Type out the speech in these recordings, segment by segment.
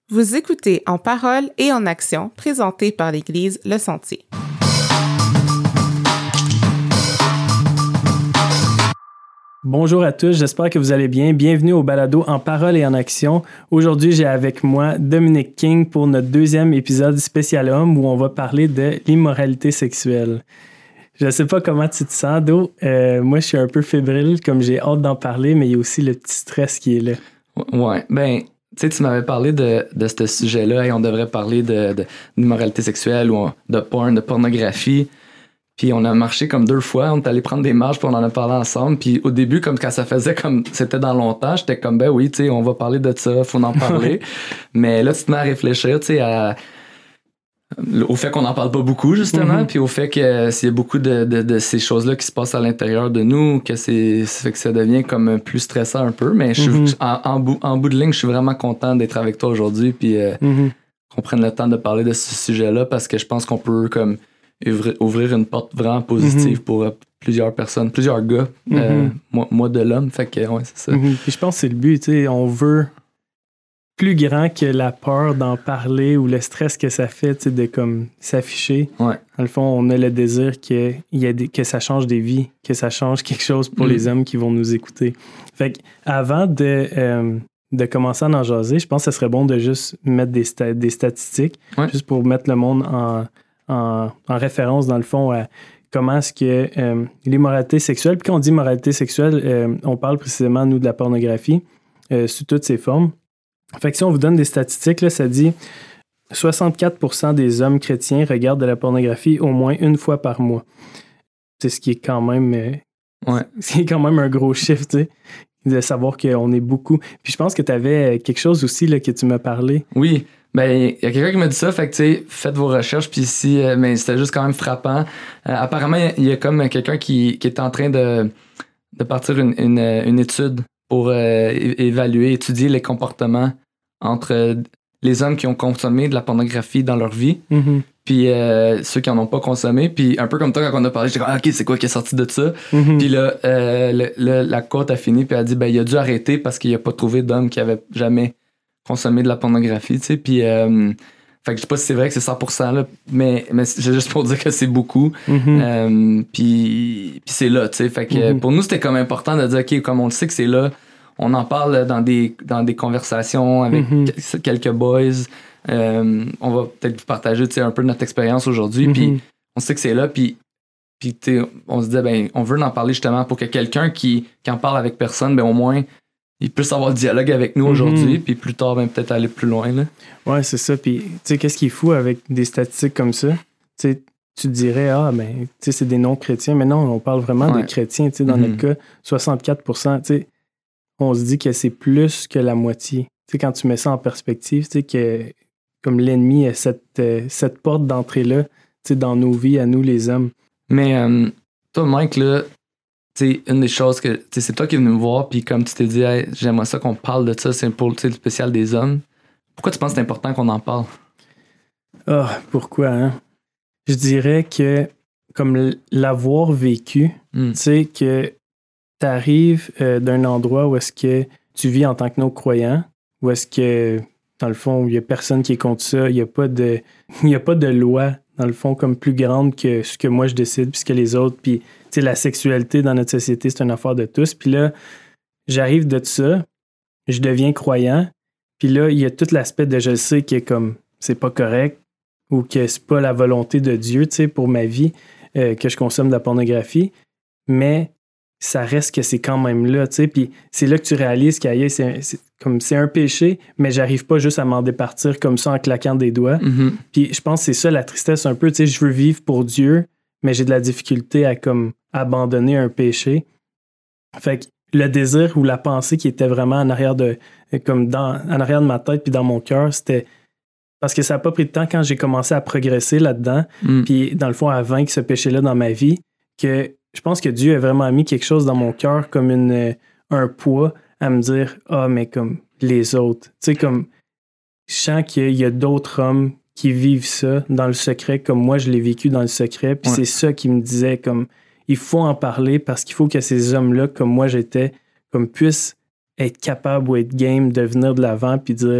Vous écoutez En parole et en action, présenté par l'Église Le Sentier. Bonjour à tous, j'espère que vous allez bien. Bienvenue au balado En parole et en action. Aujourd'hui, j'ai avec moi Dominic King pour notre deuxième épisode spécial homme où on va parler de l'immoralité sexuelle. Je ne sais pas comment tu te sens, Do. Moi, je suis un peu fébrile, comme j'ai hâte d'en parler, mais il y a aussi le petit stress qui est là. Ouais, ben, tu sais, tu m'avais parlé de ce sujet-là et on devrait parler d'immoralité sexuelle ou de porn, de pornographie. Puis on a marché comme 2 fois, on est allé prendre des marches puis on en a parlé ensemble. Puis au début, comme quand ça faisait comme c'était dans longtemps, j'étais comme ben oui, tu sais, on va parler de ça, faut en parler. Mais là, tu te mets à réfléchir, tu sais, au fait qu'on n'en parle pas beaucoup, justement, puis au fait que s'il y a beaucoup de ces choses-là qui se passent à l'intérieur de nous, que fait que ça devient comme plus stressant un peu. Mais en bout de ligne, je suis vraiment content d'être avec toi aujourd'hui, puis qu'on prenne le temps de parler de ce sujet-là, parce que je pense qu'on peut comme ouvrir une porte vraiment positive pour plusieurs personnes, plusieurs gars, moi de l'homme, fait que ouais, c'est ça. Puis je pense que c'est le but, tu sais, on veut plus grand que la peur d'en parler ou le stress que ça fait, tu sais, de comme s'afficher. Ouais. Dans le fond, on a le désir que ça change des vies, que ça change quelque chose pour les hommes qui vont nous écouter. Fait que avant de commencer à en jaser, je pense que ce serait bon de juste mettre des statistiques, juste pour mettre le monde en référence, dans le fond, à comment est-ce que l'immoralité sexuelle, puis quand on dit immoralité sexuelle, on parle précisément, nous, de la pornographie, sous toutes ses formes. Fait que si on vous donne des statistiques, là, ça dit 64% des hommes chrétiens regardent de la pornographie au moins une fois par mois. C'est ce qui est quand même c'est quand même un gros chiffre, tu sais, de savoir qu'on est beaucoup. Puis je pense que tu avais quelque chose aussi là, que tu m'as parlé. Oui, ben il y a quelqu'un qui m'a dit ça, fait que tu sais, faites vos recherches, puis ici, mais c'était juste quand même frappant. Apparemment, il y a comme quelqu'un qui est en train de partir une étude pour étudier les comportements entre les hommes qui ont consommé de la pornographie dans leur vie, puis ceux qui en ont pas consommé. Puis un peu comme toi, quand on a parlé, j'étais comme, OK, c'est quoi qui est sorti de ça? Puis là, la cote a fini, puis elle a dit, ben, il a dû arrêter parce qu'il a pas trouvé d'homme qui avait jamais consommé de la pornographie, tu sais. Puis, fait que je sais pas si c'est vrai que c'est 100%, là, mais c'est juste pour dire que c'est beaucoup. Puis c'est là, tu sais. Fait que pour nous, c'était comme important de dire, OK, comme on le sait que c'est là, on en parle dans des conversations avec quelques boys. On va peut-être vous partager, tu sais, un peu notre expérience aujourd'hui. Puis on sait que c'est là, puis on se disait, ben, on veut en parler justement pour que quelqu'un qui en parle avec personne, ben, au moins, il puisse avoir le dialogue avec nous aujourd'hui, puis plus tard, ben, peut-être aller plus loin, là. Ouais, c'est ça. Puis, tu sais, qu'est-ce qui est fou avec des statistiques comme ça? Tu sais, tu dirais, ben, tu sais, c'est des non-chrétiens, mais non, on parle vraiment des chrétiens, tu sais, dans notre cas, 64%, tu sais, on se dit que c'est plus que la moitié. Tu sais, quand tu mets ça en perspective, tu sais, que comme l'ennemi a cette porte d'entrée-là, tu sais, dans nos vies, à nous, les hommes. Mais toi, Mike, là, tu sais, une des choses que, tu sais, c'est toi qui es venu me voir, puis comme tu t'es dit, hey, j'aimerais ça qu'on parle de ça, c'est pour le spécial des hommes. Pourquoi tu penses que c'est important qu'on en parle? Pourquoi, hein? Je dirais que, comme l'avoir vécu, tu sais, que t'arrives d'un endroit où est-ce que tu vis en tant que non-croyant, où est-ce que, dans le fond, il n'y a personne qui est contre ça, il n'y a pas de loi, dans le fond, comme plus grande que ce que moi je décide, puis ce que les autres, puis, tu sais, la sexualité dans notre société, c'est une affaire de tous. Puis là, j'arrive de ça, je deviens croyant, puis là, il y a tout l'aspect de je sais que comme c'est pas correct, ou que c'est pas la volonté de Dieu, tu sais, pour ma vie, que je consomme de la pornographie, mais ça reste que c'est quand même là, tu sais, puis c'est là que tu réalises qu'ailleurs, c'est un péché, mais j'arrive pas juste à m'en départir comme ça en claquant des doigts. Puis je pense que c'est ça la tristesse un peu, tu sais, je veux vivre pour Dieu, mais j'ai de la difficulté à comme abandonner un péché. Fait que le désir ou la pensée qui était vraiment en arrière de ma tête puis dans mon cœur, c'était parce que ça n'a pas pris de temps quand j'ai commencé à progresser là-dedans, puis dans le fond, à vaincre ce péché-là dans ma vie, que je pense que Dieu a vraiment mis quelque chose dans mon cœur comme un poids à me dire « Ah, mais comme les autres. » Tu sais, comme je sens qu'il y a d'autres hommes qui vivent ça dans le secret comme moi, je l'ai vécu dans le secret. Puis c'est ça qui me disait comme il faut en parler parce qu'il faut que ces hommes-là, comme moi j'étais, comme puissent être capables ou être game de venir de l'avant puis dire «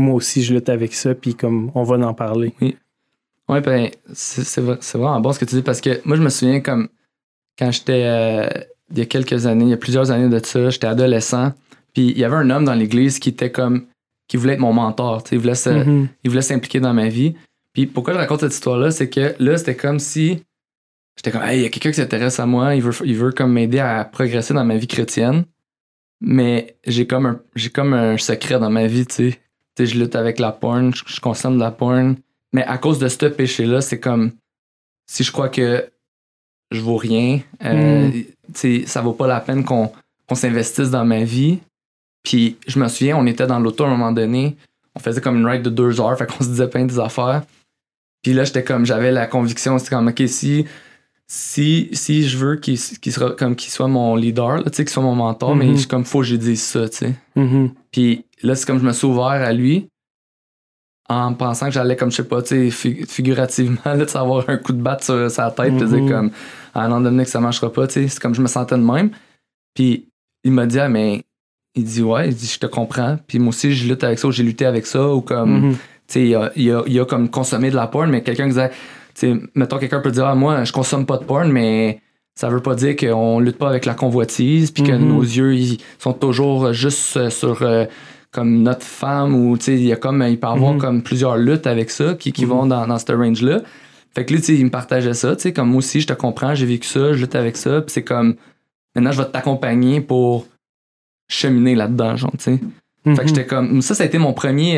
moi aussi je lutte avec ça, puis comme on va en parler. Oui. Ouais, ben, c'est vraiment bon ce que tu dis, parce que moi, je me souviens comme quand j'étais, il y a quelques années, il y a plusieurs années de ça, j'étais adolescent, puis il y avait un homme dans l'église qui voulait être mon mentor, il voulait s'impliquer dans ma vie. Puis pourquoi je raconte cette histoire-là, c'est que là, c'était comme si j'étais comme, hey, il y a quelqu'un qui s'intéresse à moi, il veut comme m'aider à progresser dans ma vie chrétienne, mais j'ai comme un secret dans ma vie, tu sais, je lutte avec la porn, je consomme de la porn, mais à cause de ce péché-là, c'est comme si je crois que je vaux rien, tu sais, ça vaut pas la peine qu'on s'investisse dans ma vie. Puis je me souviens, on était dans l'auto à un moment donné, on faisait comme une ride de 2 heures, fait qu'on se disait plein des affaires. Puis là, j'avais la conviction, c'était comme, OK, si je veux qu'il soit mon leader, là, tu sais, qu'il soit mon mentor, mais comme, faut que je dise ça, tu sais. Puis là, c'est comme je me suis ouvert à lui en pensant que j'allais, comme, je sais pas, tu sais, figurativement, là, avoir un coup de batte sur sa tête, puis dire comme, à un moment donné que ça marchera pas, tu sais. C'est comme je me sentais de même. Puis il m'a dit, ah, mais il dit, ouais, il dit, je te comprends. Puis moi aussi, je lutte avec ça, ou j'ai lutté avec ça, ou comme, tu sais, il a comme consommé de la porn, mais quelqu'un disait, tu sais, mettons, quelqu'un peut dire, ah, moi, je consomme pas de porn, mais ça veut pas dire qu'on lutte pas avec la convoitise, puis que nos yeux, ils sont toujours juste sur comme notre femme, ou tu sais, il peut y avoir comme plusieurs luttes avec ça qui vont dans ce range-là. Fait que là, tu sais, il me partageait ça, tu sais, comme moi aussi, je te comprends, j'ai vécu ça, je lutte avec ça, puis c'est comme, maintenant, je vais t'accompagner pour cheminer là-dedans, genre, tu sais. Fait que j'étais comme, ça a été mon premier,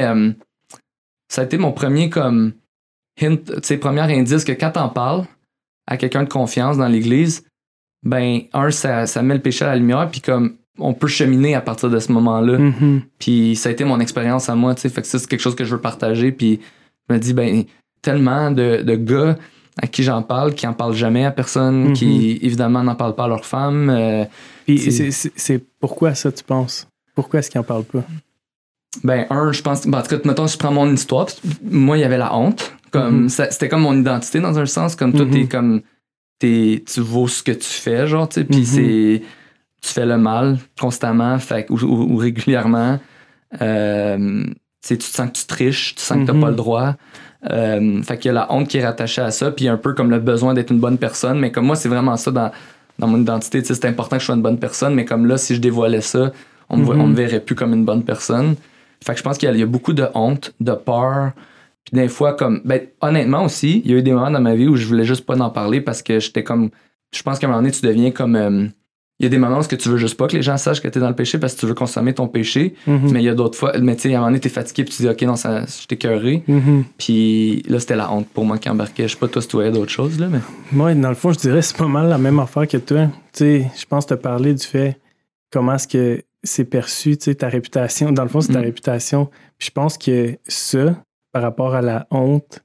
comme hint, tu sais, premier indice que quand t'en parles à quelqu'un de confiance dans l'église, ben, ça met le péché à la lumière, puis comme, on peut cheminer à partir de ce moment-là. Puis ça a été mon expérience à moi, tu sais. Fait que ça, c'est quelque chose que je veux partager, puis je me dis, ben, tellement de gars à qui j'en parle, qui en parlent jamais à personne, qui évidemment n'en parlent pas à leur femme. Puis c'est pourquoi ça, tu penses? Pourquoi est-ce qu'ils en parlent pas? Ben, je pense, en tout cas, mettons, si je prends mon histoire, moi, il y avait la honte. Comme, c'était comme mon identité dans un sens, comme toi, t'es comme, tu vaux ce que tu fais, genre, tu sais, puis tu fais le mal constamment, fait, ou régulièrement. Tu sais, tu te sens que tu triches, tu sens que t'as pas le droit. Fait qu'il y a la honte qui est rattachée à ça, puis un peu comme le besoin d'être une bonne personne, mais comme moi, c'est vraiment ça dans mon identité, tu sais, c'est important que je sois une bonne personne, mais comme là, si je dévoilais ça, on me verrait plus comme une bonne personne. Fait que je pense qu'il y a beaucoup de honte, de peur, puis des fois, comme, ben, honnêtement aussi, il y a eu des moments dans ma vie où je voulais juste pas en parler parce que j'étais comme, je pense qu'à un moment donné, tu deviens comme, il y a des moments où tu veux juste pas que les gens sachent que t'es dans le péché parce que tu veux consommer ton péché, mais il y a d'autres fois, mais tu sais, à un moment donné, t'es fatigué puis tu dis, OK, non, je t'ai écœuré. Puis là, c'était la honte pour moi qui embarquait. Je sais pas, toi, si tu voyais d'autres choses, là, mais. Moi, dans le fond, je dirais c'est pas mal la même affaire que toi. Tu sais, je pense te parler du fait comment est-ce que c'est perçu, tu sais, ta réputation. Dans le fond, c'est ta réputation. Puis je pense que ça, par rapport à la honte,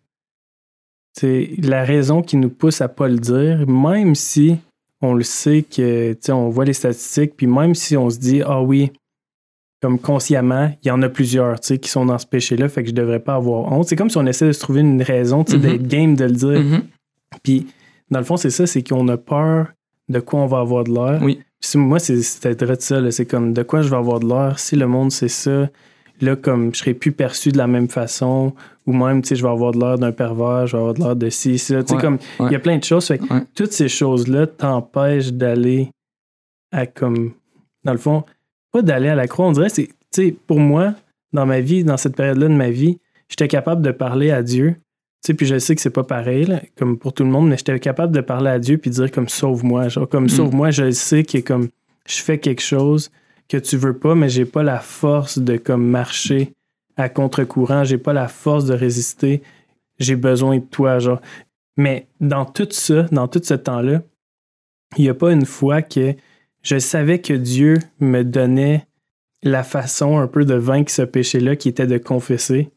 c'est la raison qui nous pousse à pas le dire, même si on le sait que, tu sais, on voit les statistiques, puis même si on se dit, ah oui, comme consciemment, il y en a plusieurs, tu sais, qui sont dans ce péché-là, fait que je devrais pas avoir honte. C'est comme si on essaie de se trouver une raison, tu sais, d'être game de le dire. Puis, dans le fond, c'est ça, c'est qu'on a peur de quoi on va avoir de l'air. Oui. Puis moi, c'était très ça, là, c'est comme de quoi je vais avoir de l'air. Si le monde sait ça, là, comme je serai plus perçu de la même façon, ou même, tu sais, je vais avoir de l'air d'un pervers, je vais avoir de l'air de ci, ça. Tu sais, comme, il y a plein de choses. Fait que toutes ces choses-là t'empêchent d'aller à, comme, dans le fond, pas d'aller à la croix. On dirait, c'est, tu sais, pour moi, dans ma vie, dans cette période-là de ma vie, j'étais capable de parler à Dieu. Tu sais, puis je sais que c'est pas pareil, là, comme pour tout le monde, mais j'étais capable de parler à Dieu puis dire comme sauve-moi. Genre, comme sauve-moi, je sais que comme je fais quelque chose que tu veux pas, mais j'ai pas la force de comme marcher à contre-courant, j'ai pas la force de résister, j'ai besoin de toi, genre. Mais dans tout ça, dans tout ce temps-là, il y a pas une fois que je savais que Dieu me donnait la façon un peu de vaincre ce péché-là qui était de confesser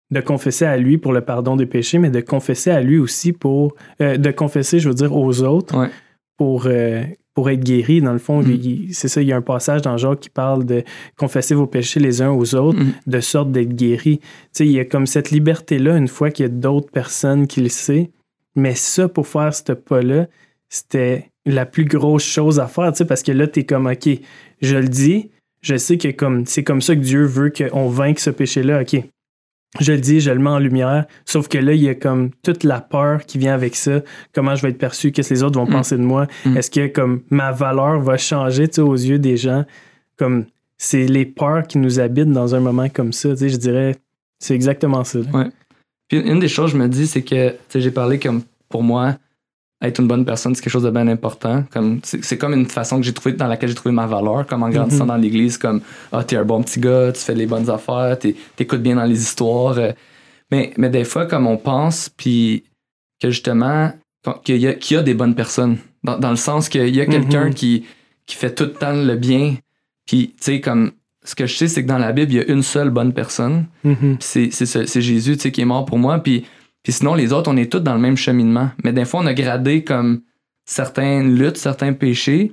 à lui pour le pardon des péchés, mais de confesser à lui aussi pour... de confesser, je veux dire, aux autres pour être guéri. Dans le fond, c'est ça, il y a un passage dans Jacques qui parle de confesser vos péchés les uns aux autres, de sorte d'être guéri. Tu sais, il y a comme cette liberté-là une fois qu'il y a d'autres personnes qui le savent, mais ça, pour faire ce pas-là, c'était la plus grosse chose à faire, tu sais, parce que là, t'es comme, OK, je le dis, je sais que comme c'est comme ça que Dieu veut qu'on vainque ce péché-là, OK. je le dis, je le mets en lumière, sauf que là, il y a comme toute la peur qui vient avec ça, comment je vais être perçu, qu'est-ce que les autres vont penser de moi, est-ce que comme ma valeur va changer, tu sais, aux yeux des gens, comme c'est les peurs qui nous habitent dans un moment comme ça, tu sais, je dirais, c'est exactement ça. Ouais. Puis une des choses, je me dis, c'est que, tu sais, j'ai parlé comme, pour moi, être une bonne personne, c'est quelque chose de bien important. Comme, c'est comme une façon que j'ai trouvé, dans laquelle j'ai trouvé ma valeur, comme en grandissant dans l'église, comme, t'es un bon petit gars, tu fais les bonnes affaires, t'écoutes bien dans les histoires. Mais des fois, comme on pense, puis que justement, qu'il y a des bonnes personnes. Dans le sens qu'il y a quelqu'un qui fait tout le temps le bien. Puis, tu sais, comme, ce que je sais, c'est que dans la Bible, il y a une seule bonne personne. C'est Jésus, tu sais, qui est mort pour moi. Puis sinon, les autres, on est tous dans le même cheminement. Mais des fois, on a gradé comme certaines luttes, certains péchés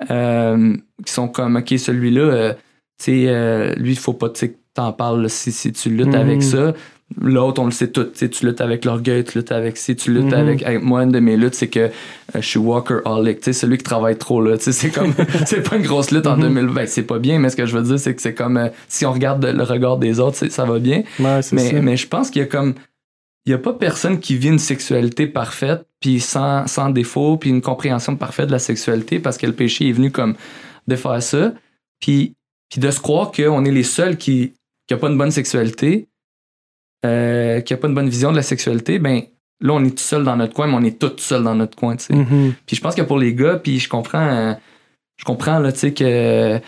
qui sont comme, OK, celui-là, lui, il faut pas que t'en parles là, si tu luttes avec ça. L'autre, on le sait tout. Tu luttes avec l'orgueil, tu luttes avec tu luttes avec moi, une de mes luttes, c'est que je suis workaholic. Celui qui travaille trop, là. C'est comme, c'est pas une grosse lutte en 2020. C'est pas bien, mais ce que je veux dire, c'est que c'est comme, si on regarde le regard des autres, ça va bien. Ouais, mais je pense qu'il y a comme, il y a pas personne qui vit une sexualité parfaite, puis sans défaut, puis une compréhension parfaite de la sexualité, parce que le péché est venu comme défaire ça. Puis de se croire qu'on est les seuls qui a pas une bonne sexualité, qui a pas une bonne vision de la sexualité, ben là, on est tout seul dans notre coin, mais on est tous seuls dans notre coin, tu sais. Puis je pense que pour les gars, puis je comprends là, tu sais, que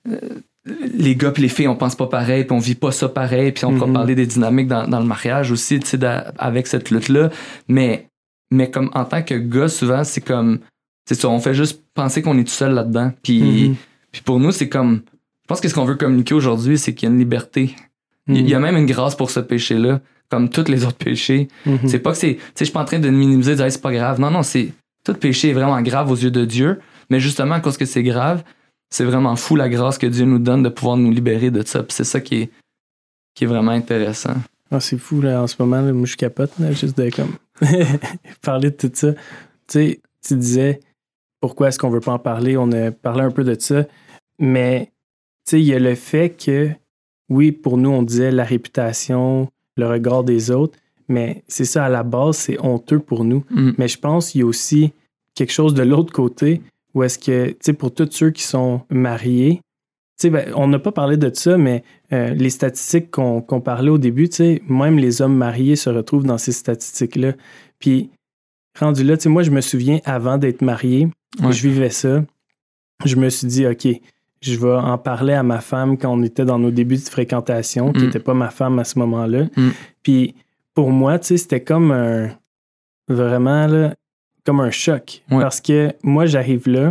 les gars puis les filles, on pense pas pareil, puis on vit pas ça pareil, puis on pourra parler des dynamiques dans le mariage aussi, tu sais, avec cette lutte-là. Mais comme en tant que gars, souvent, c'est comme, tu sais, on fait juste penser qu'on est tout seul là-dedans. Puis pour nous, c'est comme, je pense que ce qu'on veut communiquer aujourd'hui, c'est qu'il y a une liberté. Il y a même une grâce pour ce péché-là, comme tous les autres péchés. C'est pas que c'est, tu sais, je suis pas en train de minimiser, de dire, hey, c'est pas grave. Non, c'est, tout péché est vraiment grave aux yeux de Dieu, mais justement, à cause que c'est grave, c'est vraiment fou la grâce que Dieu nous donne de pouvoir nous libérer de ça. Puis c'est ça qui est vraiment intéressant. Ah, c'est fou, là, en ce moment, là, moi, je capote, là, juste de comme parler de tout ça. Tu sais, tu disais, pourquoi est-ce qu'on veut pas en parler? On a parlé un peu de ça, mais tu sais, il y a le fait que, oui, pour nous, on disait la réputation, le regard des autres, mais c'est ça, à la base, c'est honteux pour nous. Mais je pense qu'il y a aussi quelque chose de l'autre côté, où est-ce que, tu sais, pour tous ceux qui sont mariés, tu sais, ben, on n'a pas parlé de ça, mais les statistiques qu'on parlait au début, tu sais, même les hommes mariés se retrouvent dans ces statistiques-là. Puis, rendu là, tu sais, moi, je me souviens, avant d'être marié, je vivais ça. Je me suis dit, OK, je vais en parler à ma femme quand on était dans nos débuts de fréquentation, qui n'était pas ma femme à ce moment-là. Puis, pour moi, tu sais, c'était comme vraiment, là, comme un choc. Parce que moi, j'arrive là,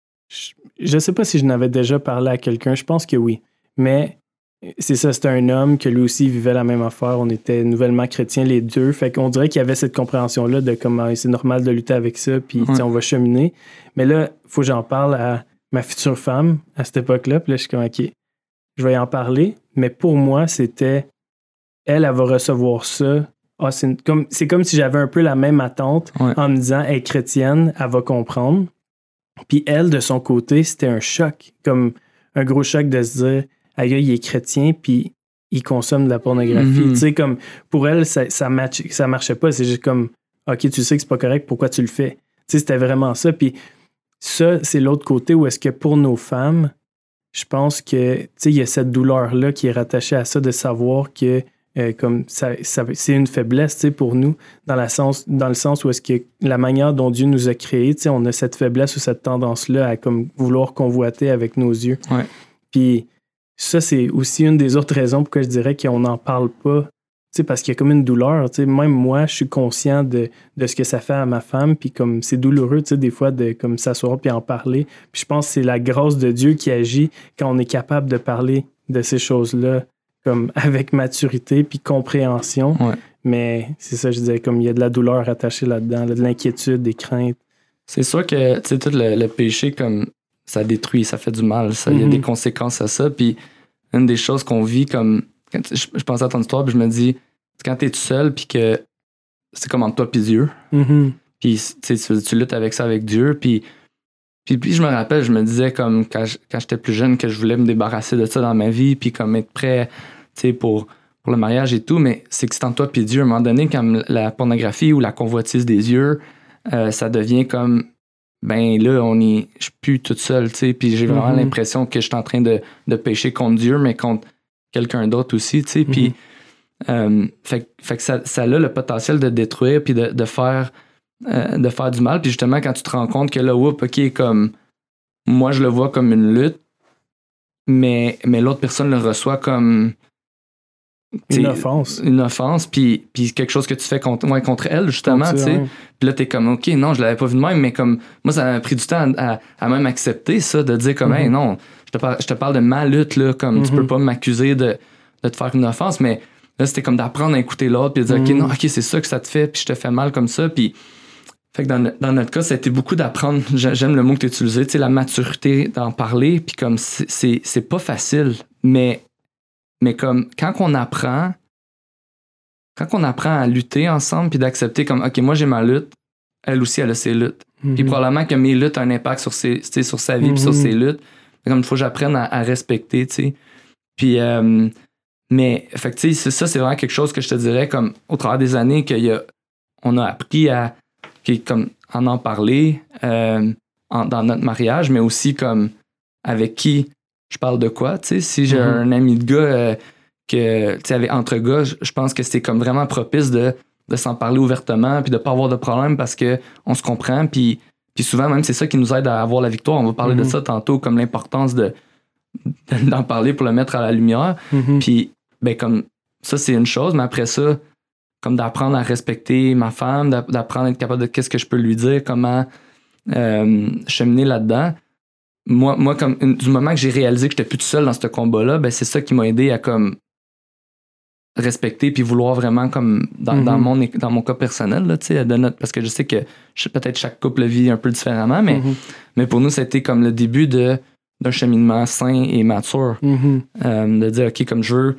je sais pas si je n'avais déjà parlé à quelqu'un, je pense que oui. Mais c'est ça, c'était un homme que lui aussi vivait la même affaire. On était nouvellement chrétiens les deux. Fait qu'on dirait qu'il y avait cette compréhension-là de comment c'est normal de lutter avec ça, puis on va cheminer. Mais là, il faut que j'en parle à ma future femme à cette époque-là. Puis là, je suis comme, OK, je vais y en parler. Mais pour moi, c'était, elle va recevoir ça. Ah, c'est comme si j'avais un peu la même attente en me disant, elle est chrétienne, elle va comprendre. Puis elle, de son côté, c'était un choc, comme un gros choc de se dire, aïe, il est chrétien, puis il consomme de la pornographie. Tu sais, comme, pour elle, ça marchait pas. C'est juste comme, OK, tu sais que c'est pas correct, pourquoi tu le fais? Tu sais, c'était vraiment ça. Puis ça, c'est l'autre côté où est-ce que pour nos femmes, je pense que, tu sais, il y a cette douleur-là qui est rattachée à ça, de savoir que comme ça, c'est une faiblesse, tu sais, pour nous, dans le sens où est-ce que la manière dont Dieu nous a créés, tu sais, on a cette faiblesse ou cette tendance-là à comme vouloir convoiter avec nos yeux. Puis ça, c'est aussi une des autres raisons pourquoi je dirais qu'on n'en parle pas, tu sais, parce qu'il y a comme une douleur, tu sais, même moi, je suis conscient de ce que ça fait à ma femme, puis comme c'est douloureux, tu sais, des fois, de comme s'asseoir puis en parler. Puis je pense que c'est la grâce de Dieu qui agit quand on est capable de parler de ces choses-là, comme avec maturité puis compréhension. Mais c'est ça, je disais, comme il y a de la douleur attachée là-dedans, de l'inquiétude, des craintes. C'est sûr que, tu sais, tout le péché, comme ça détruit, ça fait du mal, il y a des conséquences à ça. Puis une des choses qu'on vit, comme quand je pensais à ton histoire, puis je me dis, quand t'es tout seul, puis que c'est comme entre toi puis Dieu, puis tu luttes avec ça avec Dieu, puis je me rappelle, je me disais comme quand j'étais plus jeune que je voulais me débarrasser de ça dans ma vie, puis comme être prêt, tu sais, pour pour le mariage et tout, mais c'est que c'est entre toi et Dieu. À un moment donné, quand la pornographie ou la convoitise des yeux, ça devient comme, ben là, je suis plus toute seule, tu sais, puis j'ai vraiment l'impression que je suis en train de pécher contre Dieu, mais contre quelqu'un d'autre aussi, tu sais, puis fait que ça a le potentiel de détruire puis de faire du mal, puis justement, quand tu te rends compte que là, OK, comme, moi, je le vois comme une lutte, mais l'autre personne le reçoit comme une offense, puis quelque chose que tu fais contre elle, justement, tu sais. Puis là, t'es comme, OK, non, je l'avais pas vu de même, mais comme, moi, ça m'a pris du temps à même accepter ça, de dire comme, hey, non, je te parle de ma lutte, là, comme, tu peux pas m'accuser de te faire une offense, mais là, c'était comme d'apprendre à écouter l'autre, puis de dire, OK, non, OK, c'est ça que ça te fait, puis je te fais mal comme ça, puis fait que dans notre cas, ça a été beaucoup d'apprendre, j'aime le mot que tu as utilisé, tu sais, la maturité d'en parler, puis comme, c'est pas facile, mais comme quand on apprend à lutter ensemble puis d'accepter comme OK, moi j'ai ma lutte, elle aussi elle a ses luttes. Puis probablement que mes luttes ont un impact sur sa vie puis sur ses luttes. Comme il faut que j'apprenne à respecter, tu sais. Puis mais fait que tu sais, c'est vraiment quelque chose que je te dirais comme au travers des années on a appris à comme en parler dans notre mariage, mais aussi comme avec qui je parle de quoi, tu sais, si j'ai un ami de gars que, tu sais, entre gars, je pense que c'est comme vraiment propice de s'en parler ouvertement puis de pas avoir de problème parce que on se comprend puis souvent même c'est ça qui nous aide à avoir la victoire. On va parler de ça tantôt, comme l'importance d'en parler pour le mettre à la lumière. Puis ben comme ça c'est une chose, mais après ça comme d'apprendre à respecter ma femme, d'apprendre à être capable de qu'est-ce que je peux lui dire, comment cheminer là-dedans. Moi comme du moment que j'ai réalisé que j'étais plus tout seul dans ce combat-là, ben c'est ça qui m'a aidé à comme respecter puis vouloir vraiment comme dans mon cas personnel là, tu sais, parce que je sais que peut-être chaque couple vit un peu différemment, mais pour nous c'était comme le début d'un cheminement sain et mature, de dire OK, comme je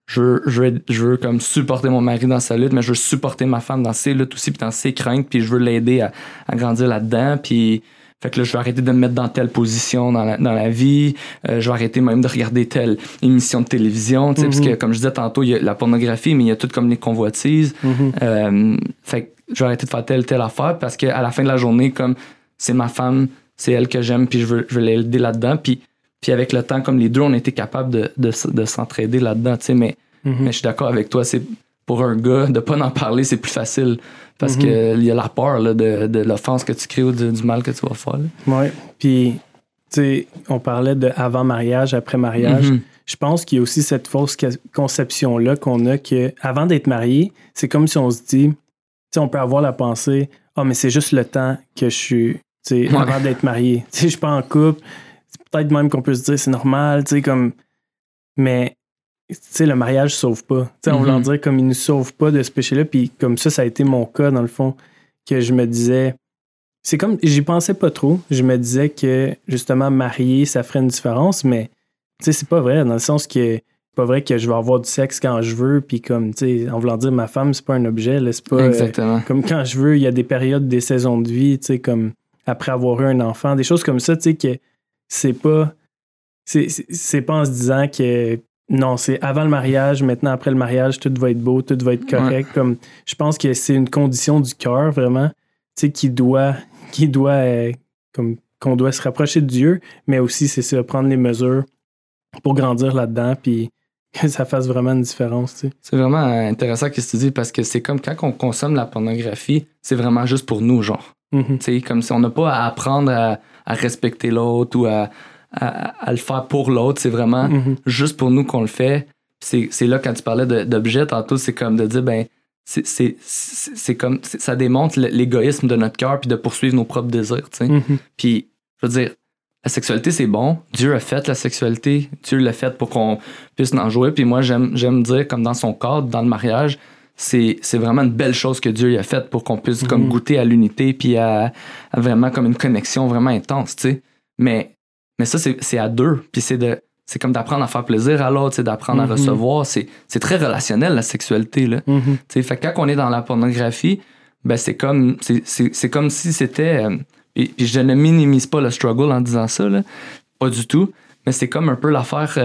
veux comme supporter mon mari dans sa lutte, mais je veux supporter ma femme dans ses luttes aussi puis dans ses craintes, puis je veux l'aider à grandir là-dedans, puis fait que là, je vais arrêter de me mettre dans telle position dans la vie. Je vais arrêter même de regarder telle émission de télévision. Parce que, comme je disais tantôt, il y a la pornographie, mais il y a tout comme les convoitises. Fait que je vais arrêter de faire telle affaire parce qu'à la fin de la journée, comme c'est ma femme, c'est elle que j'aime, puis je veux l'aider là-dedans. Puis avec le temps, comme les deux, on a été capables de s'entraider là-dedans. Mais je suis d'accord avec toi, c'est pour un gars, de pas en parler, c'est plus facile. Parce qu'il y a la peur là, de l'offense que tu crées ou du mal que tu vas faire. Oui. Puis, tu sais, on parlait de avant mariage, après mariage. Je pense qu'il y a aussi cette fausse conception-là qu'on a que avant d'être marié, c'est comme si on se dit, tu sais, on peut avoir la pensée, mais c'est juste le temps que je suis, tu sais, avant d'être marié. Tu sais, je suis pas en couple. C'est peut-être même qu'on peut se dire, c'est normal, tu sais, comme. Mais. Tu sais, le mariage sauve pas. Tu sais, on voulait dire comme il ne sauve pas de ce péché-là. Puis comme ça a été mon cas, dans le fond, que je me disais... C'est comme... J'y pensais pas trop. Je me disais que, justement, marié, ça ferait une différence, mais tu sais, c'est pas vrai, dans le sens que c'est pas vrai que je vais avoir du sexe quand je veux, puis comme, tu sais, en voulant dire, ma femme, c'est pas un objet, là, c'est pas... Exactement. Comme quand je veux, il y a des périodes, des saisons de vie, tu sais, comme après avoir eu un enfant, des choses comme ça, tu sais, que c'est pas... C'est pas en se disant que... Non, c'est avant le mariage, maintenant après le mariage, tout va être beau, tout va être correct. Comme, je pense que c'est une condition du cœur, vraiment, tu sais, qui doit comme qu'on doit se rapprocher de Dieu, mais aussi, c'est ça, prendre les mesures pour grandir là-dedans, puis que ça fasse vraiment une différence, tu sais. C'est vraiment intéressant ce que tu dis, parce que c'est comme quand on consomme la pornographie, c'est vraiment juste pour nous, genre. Tu sais, comme si on n'a pas à apprendre à respecter l'autre ou à le faire pour l'autre, c'est vraiment juste pour nous qu'on le fait. C'est là quand tu parlais d'objets tantôt, c'est comme de dire ben c'est comme ça démontre l'égoïsme de notre cœur puis de poursuivre nos propres désirs, tu sais. Puis je veux dire, la sexualité c'est bon, Dieu a fait la sexualité, Dieu l'a fait pour qu'on puisse en jouer, puis moi j'aime dire comme dans son cadre, dans le mariage, c'est vraiment une belle chose que Dieu a faite pour qu'on puisse comme goûter à l'unité puis à vraiment comme une connexion vraiment intense, tu sais. Mais ça, c'est à deux. Puis c'est comme d'apprendre à faire plaisir à l'autre, d'apprendre à recevoir. C'est très relationnel, la sexualité, là. Fait que quand on est dans la pornographie, ben c'est comme si c'était... puis je ne minimise pas le struggle en disant ça, là. Pas du tout. Mais c'est comme un peu l'affaire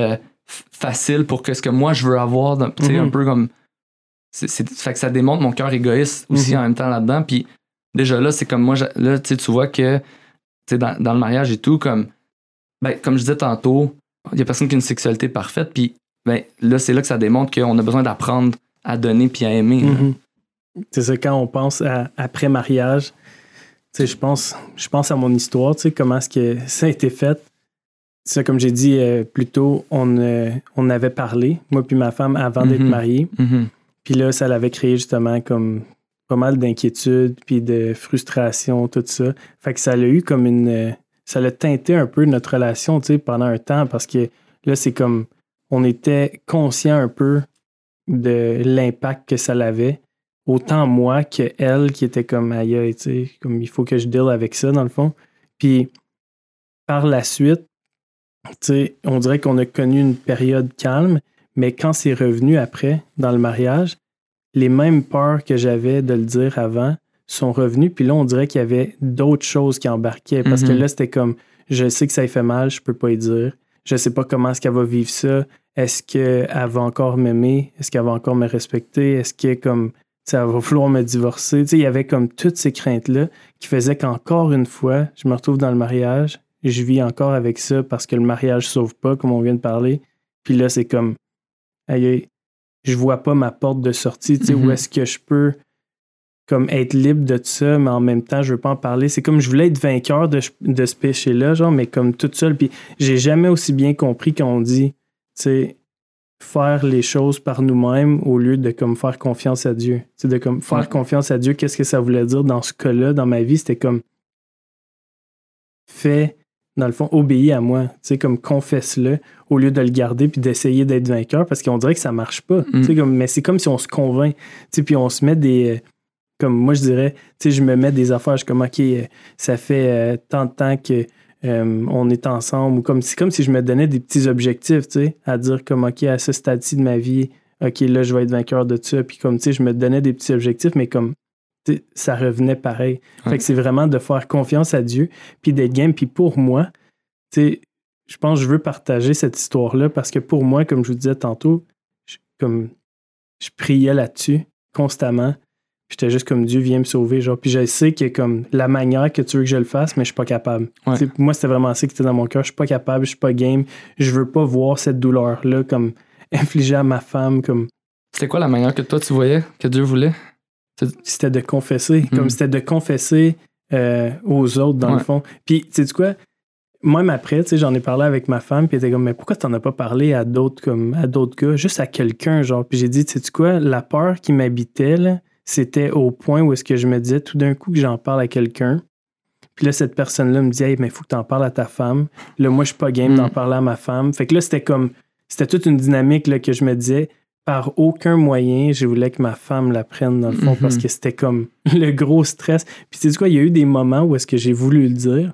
facile pour que ce que moi je veux avoir, tu sais, un peu comme... fait que ça démontre mon cœur égoïste aussi en même temps là-dedans. Puis déjà là, c'est comme moi, là, tu vois que dans le mariage et tout, comme je disais tantôt, il y a personne qui a une sexualité parfaite. Puis là, c'est là que ça démontre qu'on a besoin d'apprendre à donner puis à aimer. C'est ça, quand on pense à après-mariage, je pense à mon histoire, comment est-ce que ça a été fait. Ça, comme j'ai dit plus tôt, on avait parlé, moi puis ma femme, avant d'être mariés. Puis là, ça l'avait créé justement comme pas mal d'inquiétudes, puis de frustration, tout ça. Fait que ça a eu comme ça l'a teinté un peu notre relation, pendant un temps, parce que là, c'est comme, on était conscient un peu de l'impact que ça avait. Autant moi que elle qui était comme aïe, comme il faut que je deal avec ça, dans le fond. Puis par la suite, on dirait qu'on a connu une période calme, mais quand c'est revenu après, dans le mariage, les mêmes peurs que j'avais de le dire avant sont revenues. Puis là, on dirait qu'il y avait d'autres choses qui embarquaient. Parce que là, c'était comme, je sais que ça lui fait mal, je peux pas y dire. Je sais pas comment est-ce qu'elle va vivre ça. Est-ce qu'elle va encore m'aimer? Est-ce qu'elle va encore me respecter? Est-ce que comme ça va vouloir me divorcer? Il y avait comme toutes ces craintes-là qui faisaient qu'encore une fois, je me retrouve dans le mariage. Je vis encore avec ça parce que le mariage sauve pas, comme on vient de parler. Puis là, c'est comme, aïe, je vois pas ma porte de sortie, où est-ce que je peux comme être libre de tout ça, mais en même temps, je veux pas en parler. C'est comme je voulais être vainqueur de ce péché-là, genre, mais comme toute seule. Puis j'ai jamais aussi bien compris quand on dit, faire les choses par nous-mêmes au lieu de comme faire confiance à Dieu. De comme faire confiance à Dieu, qu'est-ce que ça voulait dire dans ce cas-là, dans ma vie? C'était comme fais, dans le fond, obéis à moi. Comme confesse-le au lieu de le garder puis d'essayer d'être vainqueur parce qu'on dirait que ça marche pas. Mais c'est comme si on se convainc. Puis on se met des... comme moi, je dirais, je me mets des affaires, je suis comme, OK, ça fait tant de temps que on est ensemble. Ou comme, c'est comme si je me donnais des petits objectifs, à dire comme, OK, à ce stade-ci de ma vie, OK, là, je vais être vainqueur de ça. Puis comme, je me donnais des petits objectifs, mais comme, ça revenait pareil. Fait que c'est vraiment de faire confiance à Dieu, puis d'être game. Puis pour moi, je pense que je veux partager cette histoire-là parce que pour moi, comme je vous disais tantôt, je priais là-dessus constamment. J'étais juste comme Dieu vient me sauver, genre. Puis je sais que comme la manière que tu veux que je le fasse, mais je suis pas capable. Moi, c'était vraiment ça qui était dans mon cœur. Je suis pas capable, je suis pas game. Je veux pas voir cette douleur-là comme infligée à ma femme. Comme... C'était quoi la manière que toi tu voyais, que Dieu voulait? C'était de confesser. Comme c'était de confesser aux autres, dans le fond. Puis, tu sais quoi? Même après, j'en ai parlé avec ma femme, puis elle était comme, mais pourquoi t'en as pas parlé à d'autres gars, juste à quelqu'un, genre. Puis j'ai dit, tu sais quoi? La peur qui m'habitait, là, c'était au point où est-ce que je me disais tout d'un coup que j'en parle à quelqu'un. Puis là, cette personne-là me dit, hey, mais il faut que t'en parles à ta femme. Là, moi, je suis pas game d'en parler à ma femme. Fait que là, c'était toute une dynamique là, que je me disais, par aucun moyen, je voulais que ma femme la prenne dans le fond parce que c'était comme le gros stress. Puis tu sais quoi, il y a eu des moments où est-ce que j'ai voulu le dire.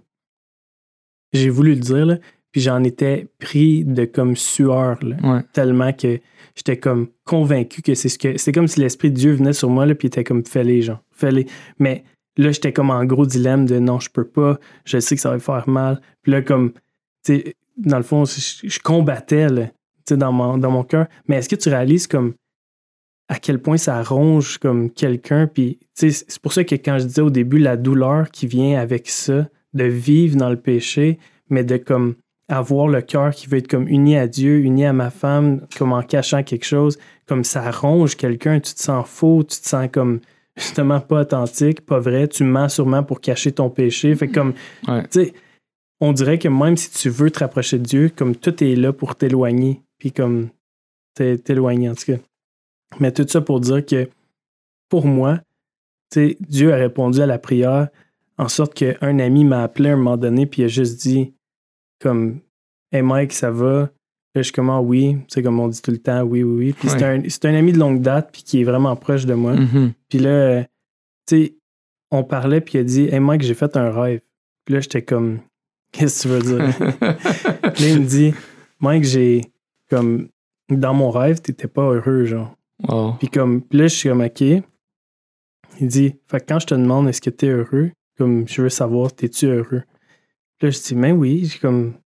Là, puis j'en étais pris de comme sueur, là, tellement que j'étais comme convaincu que c'est comme si l'Esprit de Dieu venait sur moi, là, puis il était comme fais-les, genre, fais-les. Mais là, j'étais comme en gros dilemme de non, je peux pas, je sais que ça va me faire mal. Puis là, comme, tu sais, dans le fond, je combattais, là, tu sais, dans mon cœur. Mais est-ce que tu réalises comme à quel point ça ronge comme quelqu'un? Puis, tu sais, c'est pour ça que quand je disais au début la douleur qui vient avec ça, de vivre dans le péché, mais de comme avoir le cœur qui veut être comme uni à Dieu, uni à ma femme, comme en cachant quelque chose, comme ça ronge quelqu'un, tu te sens faux, tu te sens comme justement pas authentique, pas vrai, tu mens sûrement pour cacher ton péché. Fait comme, tu sais, on dirait que même si tu veux te rapprocher de Dieu, comme tout est là pour t'éloigner, puis comme t'éloigner en tout cas. Mais tout ça pour dire que pour moi, tu sais, Dieu a répondu à la prière en sorte qu'un ami m'a appelé à un moment donné puis il a juste dit comme « Hey Mike, ça va? » Là, je suis comme « Ah oui. » C'est comme on dit tout le temps « Oui, oui, oui. » Puis c'est un ami de longue date puis qui est vraiment proche de moi. Puis là, tu sais, on parlait puis il a dit « Hey Mike, j'ai fait un rêve. » Puis là, j'étais comme « Qu'est-ce que tu veux dire? » Puis là, il me dit « Mike, j'ai comme dans mon rêve, t'étais pas heureux, genre. Oh. Puis là, je suis comme « OK. » Il dit « Fait que quand je te demande est-ce que t'es heureux, comme je veux savoir, t'es-tu heureux? » Puis là, je dis, mais oui, j'ai comme,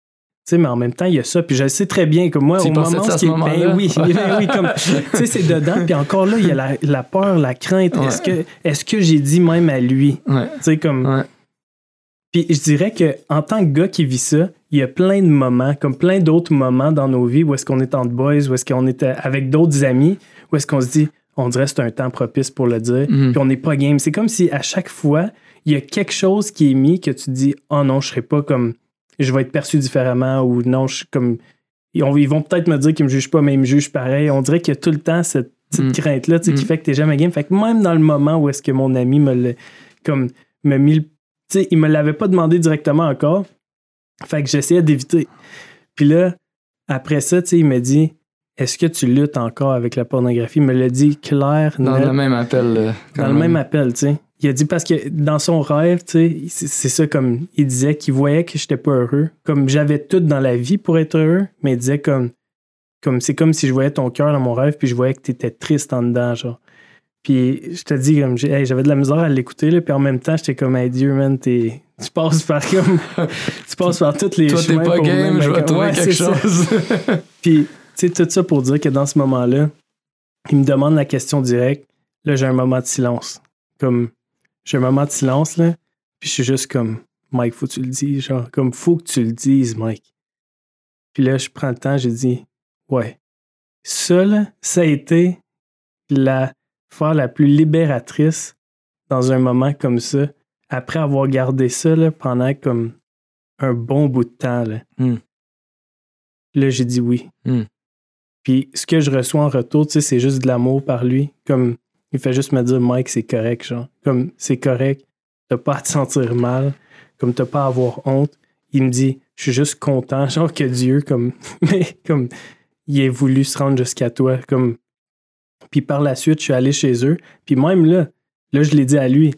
sais, mais en même temps, il y a ça. Puis je le sais très bien, comme moi, tu au moment à ce moment-là? Ben oui, comme, tu sais, c'est dedans. Puis encore là, il y a la peur, la crainte. Ouais. Est-ce que j'ai dit même à lui? Ouais. Tu sais, comme... Ouais. Puis je dirais qu'en tant que gars qui vit ça, il y a plein de moments, comme plein d'autres moments dans nos vies où est-ce qu'on est entre boys, où est-ce qu'on est avec d'autres amis, où est-ce qu'on se dit, on dirait que c'est un temps propice pour le dire, puis on n'est pas game. C'est comme si à chaque fois, il y a quelque chose qui est mis que tu te dis, oh non, je serai pas comme... Je vais être perçu différemment ou non, je suis comme... Ils vont peut-être me dire qu'ils me jugent pas, mais ils me jugent pareil. On dirait qu'il y a tout le temps cette petite crainte-là qui fait que t'es jamais game. Fait que même dans le moment où est-ce que mon ami me mis le... Tu sais, il me l'avait pas demandé directement encore. Fait que j'essayais d'éviter. Puis là, après ça, tu sais, il me dit, est-ce que tu luttes encore avec la pornographie? Il me l'a dit clair, dans net, le même appel. dans le même appel, tu sais. Il a dit parce que dans son rêve, tu sais, c'est ça comme il disait qu'il voyait que j'étais pas heureux. Comme j'avais tout dans la vie pour être heureux, mais il disait comme c'est comme si je voyais ton cœur dans mon rêve puis je voyais que t'étais triste en dedans, genre. Puis je te dis, comme j'avais de la misère à l'écouter, là, puis en même temps, j'étais comme, hey, Dieu, man, tu passes par comme. Tu passes par toutes les Toi, chemins. Toi, t'es pas game, je vais trouver quelque chose. Puis, tu sais, tout ça pour dire que dans ce moment-là, il me demande la question directe. Là, j'ai un moment de silence. Comme, j'ai un moment de silence, là, puis je suis juste comme, Mike, faut que tu le dises, genre, comme, faut que tu le dises, Mike. Puis là, je prends le temps, j'ai dit, ouais. Ça, là, ça a été l'affaire la plus libératrice dans un moment comme ça, après avoir gardé ça là, pendant comme un bon bout de temps. Là, là j'ai dit oui. Puis ce que je reçois en retour, tu sais, c'est juste de l'amour par lui. Comme, il fait juste me dire, Mike, c'est correct, genre. Comme, c'est correct, t'as pas à te sentir mal, comme t'as pas à avoir honte. Il me dit, je suis juste content, genre que Dieu, comme, mais comme, il ait voulu se rendre jusqu'à toi, comme. Puis par la suite, je suis allé chez eux. Puis même là, je l'ai dit à lui.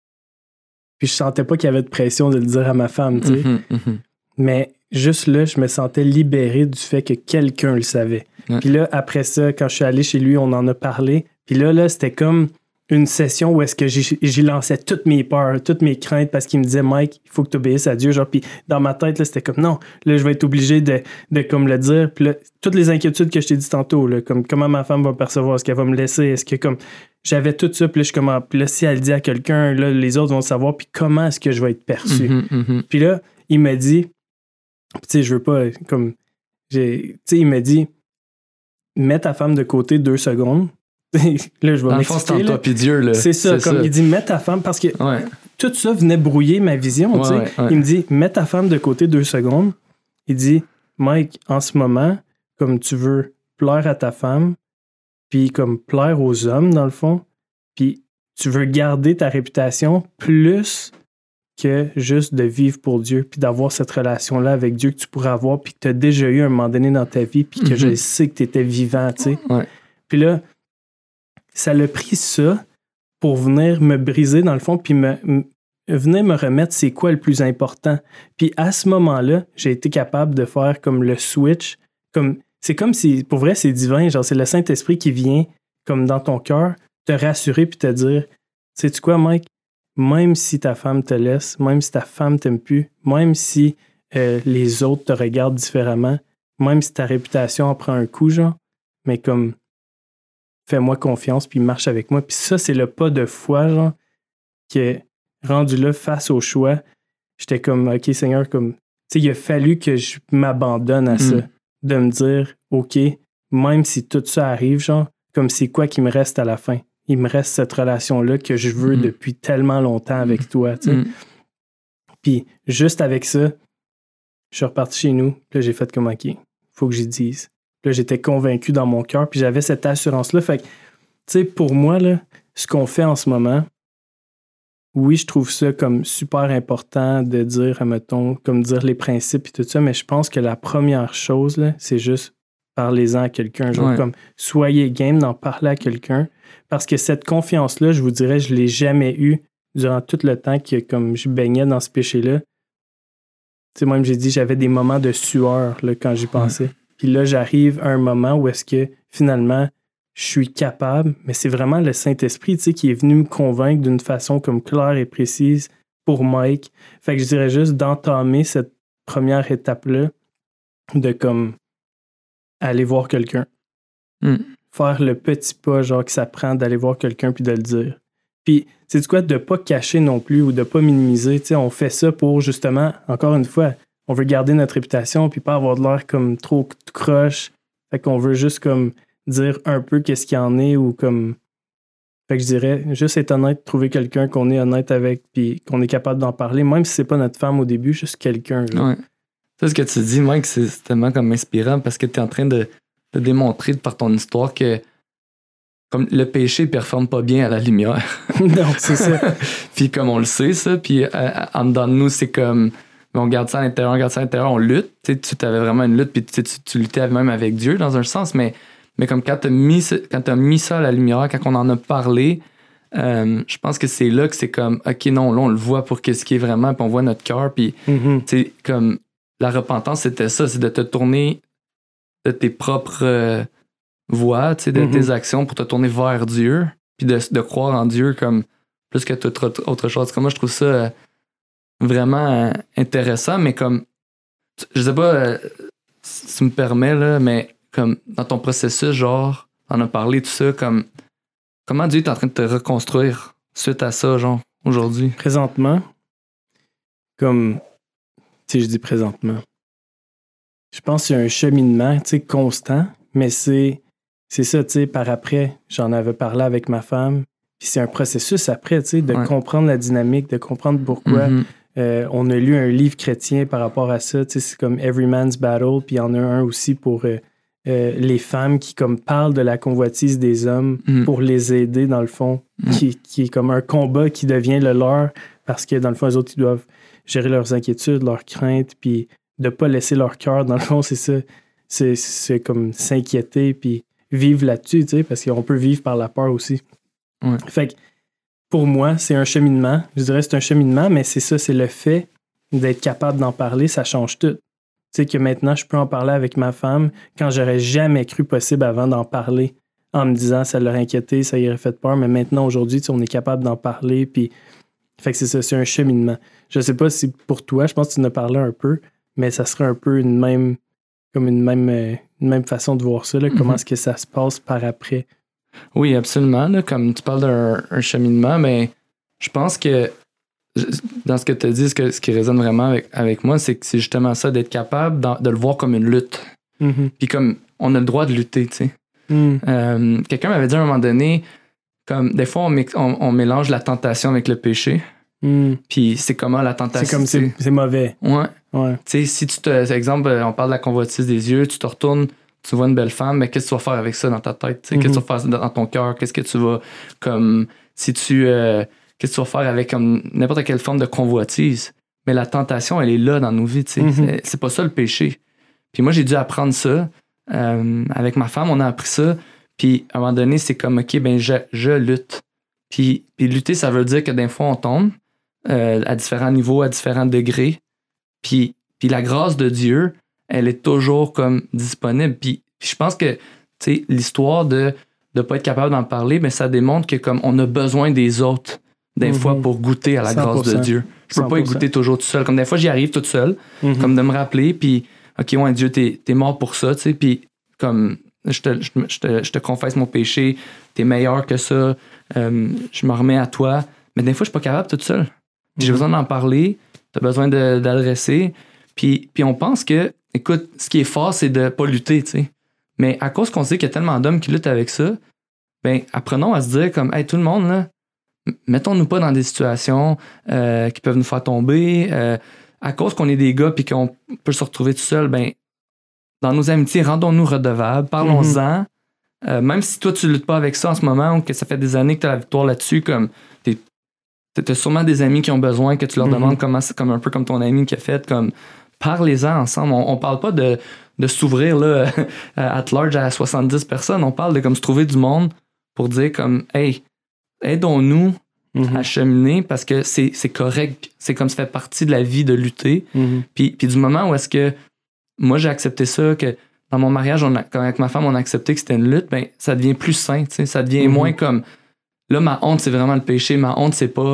Puis je sentais pas qu'il y avait de pression de le dire à ma femme, tu sais. Mais juste là, je me sentais libéré du fait que quelqu'un le savait. Puis là, après ça, quand je suis allé chez lui, on en a parlé. Puis là, c'était comme une session où est-ce que j'y lançais toutes mes peurs, toutes mes craintes parce qu'il me disait, Mike, il faut que tu obéisses à Dieu. Genre, puis dans ma tête, là, c'était comme, non, là, je vais être obligé de comme le dire. Puis là, toutes les inquiétudes que je t'ai dit tantôt, là, comme comment ma femme va percevoir, est-ce qu'elle va me laisser, est-ce que comme... J'avais tout ça, puis là, je suis comme, puis là, si elle le dit à quelqu'un, là, les autres vont le savoir, puis comment est-ce que je vais être perçu? Puis là, il m'a dit, tu sais, je veux pas, comme, tu sais, il m'a dit, mets ta femme de côté 2 secondes. Là, je vais m'expliquer. Toi puis Dieu, là. C'est ça, comme il dit, mets ta femme, parce que tout ça venait brouiller ma vision, tu sais. Il me dit, mets ta femme de côté 2 secondes. Il dit, Mike, en ce moment, comme tu veux plaire à ta femme, puis comme plaire aux hommes, dans le fond, puis tu veux garder ta réputation plus que juste de vivre pour Dieu, puis d'avoir cette relation-là avec Dieu que tu pourrais avoir, puis que tu as déjà eu à un moment donné dans ta vie, puis que je sais que tu étais vivant, tu sais. Puis là, ça l'a pris ça pour venir me briser, dans le fond, puis venir me remettre c'est quoi le plus important. Puis à ce moment-là, j'ai été capable de faire comme le switch, comme... C'est comme si, pour vrai, c'est divin, genre c'est le Saint-Esprit qui vient, comme dans ton cœur, te rassurer puis te dire, sais-tu quoi, Mike? Même si ta femme te laisse, même si ta femme t'aime plus, même si les autres te regardent différemment, même si ta réputation en prend un coup, genre, mais comme, fais-moi confiance puis marche avec moi. Puis ça, c'est le pas de foi, genre, qui est rendu là face au choix. J'étais comme, OK, Seigneur, comme, tu sais, il a fallu que je m'abandonne à ça. De me dire, OK, même si tout ça arrive, genre, comme c'est quoi qui me reste à la fin? Il me reste cette relation-là que je veux depuis tellement longtemps avec toi, tu sais. Puis, juste avec ça, je suis reparti chez nous, puis là, j'ai fait comme, OK, faut que j'y dise. Puis là, j'étais convaincu dans mon cœur, puis j'avais cette assurance-là. Fait que, tu sais, pour moi, là, ce qu'on fait en ce moment, oui, je trouve ça comme super important de dire, admettons, comme dire les principes et tout ça, mais je pense que la première chose, là, c'est juste parlez-en à quelqu'un. Genre comme soyez game d'en parler à quelqu'un. Parce que cette confiance-là, je vous dirais, je ne l'ai jamais eue durant tout le temps que comme je baignais dans ce péché-là. Tu sais, même j'ai dit, j'avais des moments de sueur là, quand j'y pensais. Puis là, j'arrive à un moment où est-ce que finalement, je suis capable, mais c'est vraiment le Saint-Esprit, tu sais, qui est venu me convaincre d'une façon comme claire et précise pour Mike. Fait que je dirais juste d'entamer cette première étape-là, de comme aller voir quelqu'un. Faire le petit pas, genre, que ça prend d'aller voir quelqu'un puis de le dire. Puis, c'est quoi, de pas cacher non plus ou de pas minimiser. Tu sais, on fait ça pour, justement, encore une fois, on veut garder notre réputation puis pas avoir de l'air comme trop croche. Fait qu'on veut juste comme dire un peu qu'est-ce qu'il y en est ou comme... Fait que je dirais, juste être honnête, trouver quelqu'un qu'on est honnête avec puis qu'on est capable d'en parler, même si c'est pas notre femme au début, juste quelqu'un. Ouais. C'est ce que tu dis, Mike, c'est tellement comme inspirant parce que tu es en train de démontrer par ton histoire que comme le péché ne performe pas bien à la lumière. Non, c'est ça. Puis comme on le sait, ça, puis en dedans de nous, c'est comme on garde ça à l'intérieur, on lutte. Tu avais vraiment une lutte, puis tu luttais même avec Dieu dans un sens, mais comme quand tu as mis ça à la lumière, quand on en a parlé, je pense que c'est là que c'est comme, OK, non, là, on le voit pour ce qui est vraiment, puis on voit notre cœur, puis comme la repentance, c'était ça, c'est de te tourner de tes propres voies, de tes actions pour te tourner vers Dieu, puis de croire en Dieu comme plus que toute autre chose. Comme moi, je trouve ça vraiment intéressant, mais comme, je sais pas si tu me permets, là, mais comme dans ton processus, genre, on a parlé, tout ça, comme, comment Dieu est en train de te reconstruire suite à ça, genre, aujourd'hui? Présentement, comme, tu sais, je dis présentement, je pense qu'il y a un cheminement, tu sais, constant, mais c'est ça, tu sais, par après, j'en avais parlé avec ma femme, puis c'est un processus après, tu sais, de comprendre la dynamique, de comprendre pourquoi. On a lu un livre chrétien par rapport à ça, tu sais, c'est comme Every Man's Battle, puis il y en a un aussi pour les femmes qui comme parlent de la convoitise des hommes pour les aider, dans le fond, qui est comme un combat qui devient le leur, parce que dans le fond, les autres, ils doivent gérer leurs inquiétudes, leurs craintes, puis de ne pas laisser leur cœur, dans le fond, c'est ça. C'est comme s'inquiéter, puis vivre là-dessus, tu sais, parce qu'on peut vivre par la peur aussi. Ouais. Fait que pour moi, c'est un cheminement. Je dirais que c'est un cheminement, mais c'est ça, c'est le fait d'être capable d'en parler, ça change tout. Tu sais que maintenant, je peux en parler avec ma femme quand j'aurais jamais cru possible avant d'en parler, en me disant ça l'aurait inquiété, ça y aurait fait peur, mais maintenant, aujourd'hui, tu sais, on est capable d'en parler, puis fait que c'est ça, c'est un cheminement. Je sais pas si pour toi, je pense que tu en as parlé un peu, mais ça serait un peu une même façon de voir ça, là, comment est-ce que ça se passe par après. Oui, absolument. Là, comme tu parles d'un cheminement, mais je pense que dans ce que tu as dit, ce qui résonne vraiment avec moi, c'est que c'est justement ça, d'être capable de le voir comme une lutte. Puis comme on a le droit de lutter, tu sais. Quelqu'un m'avait dit à un moment donné, comme des fois on mélange la tentation avec le péché. Puis c'est comment la tentation. C'est comme c'est mauvais. Ouais. Tu sais, si exemple, on parle de la convoitise des yeux, tu te retournes, tu vois une belle femme, mais qu'est-ce que tu vas faire avec ça dans ta tête? Qu'est-ce que tu vas faire dans ton cœur? Qu'est-ce que tu vas comme si tu qu'est-ce que tu vas faire avec comme n'importe quelle forme de convoitise? Mais la tentation, elle est là dans nos vies, tu sais. C'est pas ça le péché. Puis moi, j'ai dû apprendre ça. Avec ma femme, on a appris ça. Puis à un moment donné, c'est comme OK, ben je lutte. Puis lutter, ça veut dire que des fois, on tombe à différents niveaux, à différents degrés. Puis la grâce de Dieu, elle est toujours comme disponible. Puis je pense que, tu sais, l'histoire de ne pas être capable d'en parler, mais ça démontre que comme on a besoin des autres, des fois, pour goûter à la grâce de Dieu. Je peux pas y goûter toujours tout seul. Comme des fois, j'y arrive toute seule, comme de me rappeler, puis OK, ouais, Dieu, t'es mort pour ça, tu sais, puis comme je te confesse mon péché, t'es meilleur que ça, je me remets à toi. Mais des fois, je suis pas capable toute seule. J'ai besoin d'en parler, t'as besoin d'adresser. Puis on pense que, écoute, ce qui est fort, c'est de pas lutter, tu sais. Mais à cause qu'on sait qu'il y a tellement d'hommes qui luttent avec ça, ben apprenons à se dire comme, hey, tout le monde, là, mettons-nous pas dans des situations qui peuvent nous faire tomber. À cause qu'on est des gars puis qu'on peut se retrouver tout seul, ben dans nos amitiés, rendons-nous redevables, parlons-en. Même si toi, tu luttes pas avec ça en ce moment ou que ça fait des années que tu as la victoire là-dessus, comme t'as sûrement des amis qui ont besoin que tu leur demandes comment c'est, comme un peu comme ton ami qui a fait, comme parlez-en ensemble. On parle pas de s'ouvrir là at large à 70 personnes. On parle de comme se trouver du monde pour dire comme hey, aidons-nous à cheminer parce que c'est correct. C'est comme ça fait partie de la vie de lutter. Puis du moment où est-ce que moi j'ai accepté ça, que dans mon mariage, avec ma femme, on a accepté que c'était une lutte, ben ça devient plus sain. Ça devient moins comme là, ma honte, c'est vraiment le péché. Ma honte, c'est pas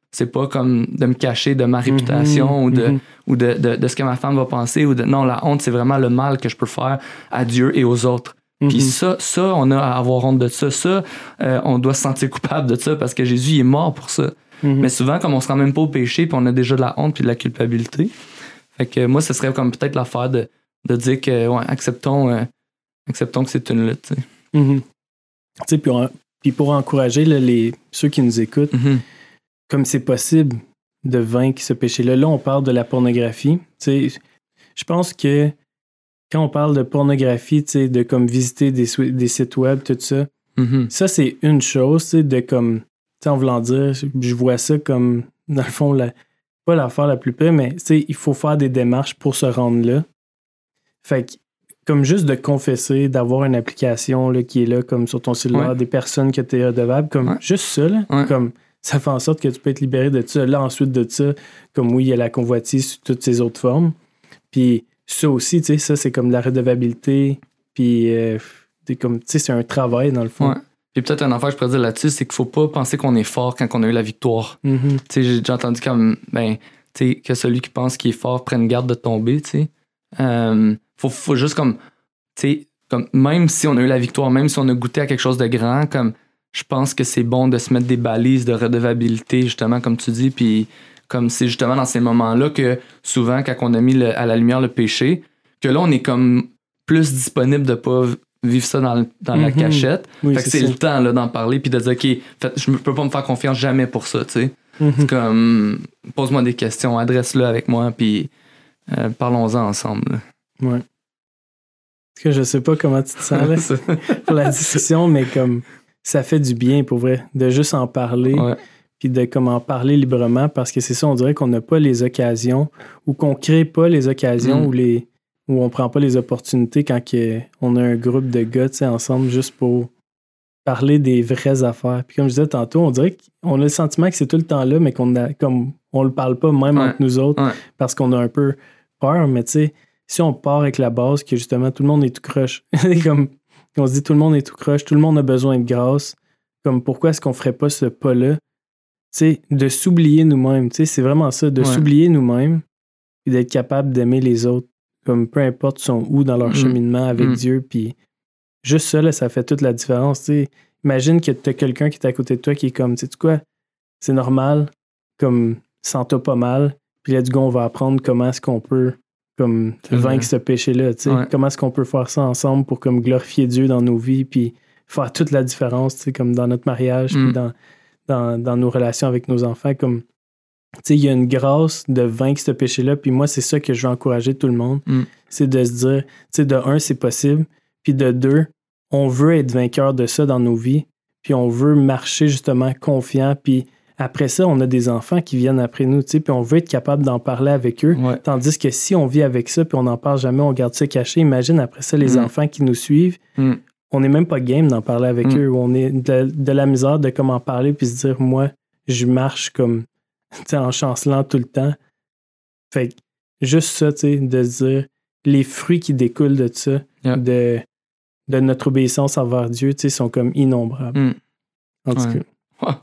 c'est pas comme de me cacher de ma réputation ou de ce que ma femme va penser. Non, la honte, c'est vraiment le mal que je peux faire à Dieu et aux autres. Puis ça, on a à avoir honte de ça. Ça, on doit se sentir coupable de ça parce que Jésus il est mort pour ça. Mais souvent, comme on se rend même pas au péché, puis on a déjà de la honte puis de la culpabilité. Fait que moi, ce serait comme peut-être l'affaire de dire que, ouais, acceptons que c'est une lutte. Tu sais, puis pour encourager ceux qui nous écoutent, comme c'est possible de vaincre ce péché-là. Là, on parle de la pornographie. Tu sais, je pense que quand on parle de pornographie, tu sais, de comme visiter des sites web, tout ça, ça, c'est une chose, tu sais, de comme, tu sais, en voulant dire, je vois ça comme, dans le fond, pas l'affaire la plus pire, mais tu sais, il faut faire des démarches pour se rendre là. Fait que, comme juste de confesser, d'avoir une application là, qui est là, comme sur ton cellulaire, des personnes que tu es redevable, comme juste ça, là, comme ça fait en sorte que tu peux être libéré de ça. Là, ensuite de ça, comme oui, il y a la convoitise sous toutes ses autres formes. Puis ça aussi, tu sais, ça, c'est comme de la redevabilité. Puis, comme, tu sais, c'est un travail, dans le fond. Ouais. Puis peut-être un affaire que je pourrais dire là-dessus, c'est qu'il faut pas penser qu'on est fort quand on a eu la victoire. Tu sais, j'ai déjà entendu comme, tu sais, que celui qui pense qu'il est fort prenne garde de tomber, tu sais. Faut juste comme, tu sais, comme, même si on a eu la victoire, même si on a goûté à quelque chose de grand, comme, je pense que c'est bon de se mettre des balises de redevabilité, justement, comme tu dis, puis comme c'est justement dans ces moments-là que souvent, quand on a mis à la lumière le péché, que là, on est comme plus disponible de pas vivre ça dans la cachette. Oui, fait que c'est le temps là, d'en parler puis de dire, OK, je peux pas me faire confiance jamais pour ça, tu sais. C'est comme, pose-moi des questions, adresse-le avec moi, puis parlons-en ensemble. Là. Ouais. Parce que je sais pas comment tu te sens là, pour la discussion, mais comme ça fait du bien pour vrai, de juste en parler, puis de comme en parler librement, parce que c'est ça, on dirait qu'on n'a pas les occasions, ou qu'on crée pas les occasions, où on prend pas les opportunités quand on a un groupe de gars, tu sais, ensemble, juste pour parler des vraies affaires. Puis comme je disais tantôt, on dirait qu'on a le sentiment que c'est tout le temps là, mais on le parle pas même entre nous autres, parce qu'on a un peu peur, mais tu sais, si on part avec la base que justement tout le monde est tout croche, comme on se dit tout le monde est tout croche, tout le monde a besoin de grâce, comme pourquoi est-ce qu'on ferait pas ce pas-là, tu sais, de s'oublier nous-mêmes, tu sais, c'est vraiment ça, de s'oublier nous-mêmes et d'être capable d'aimer les autres, comme peu importe sont où dans leur cheminement avec Dieu, puis juste ça, là, ça fait toute la différence, tu sais. Imagine que t'as quelqu'un qui est à côté de toi qui est comme, tu sais quoi, c'est normal, comme, sens-toi pas mal, puis là, du coup, on va apprendre comment est-ce qu'on peut comme vaincre ce péché-là, tu sais. Comment est-ce qu'on peut faire ça ensemble pour comme glorifier Dieu dans nos vies, puis faire toute la différence, tu sais, comme dans notre mariage, puis dans nos relations avec nos enfants, comme, tu sais, il y a une grâce de vaincre ce péché-là, puis moi, c'est ça que je veux encourager tout le monde, c'est de se dire, tu sais, de un, c'est possible, puis de deux, on veut être vainqueur de ça dans nos vies, puis on veut marcher justement confiant, puis après ça, on a des enfants qui viennent après nous, tu sais, puis on veut être capable d'en parler avec eux. Tandis que si on vit avec ça, puis on n'en parle jamais, on garde ça caché, imagine après ça les enfants qui nous suivent, on n'est même pas game d'en parler avec eux, ou on est de la misère de comment parler, puis se dire, moi, je marche comme, tu sais, en chancelant tout le temps. Fait que juste ça, tu sais, de se dire, les fruits qui découlent de ça, de notre obéissance envers Dieu, tu sais, sont comme innombrables. En tout cas.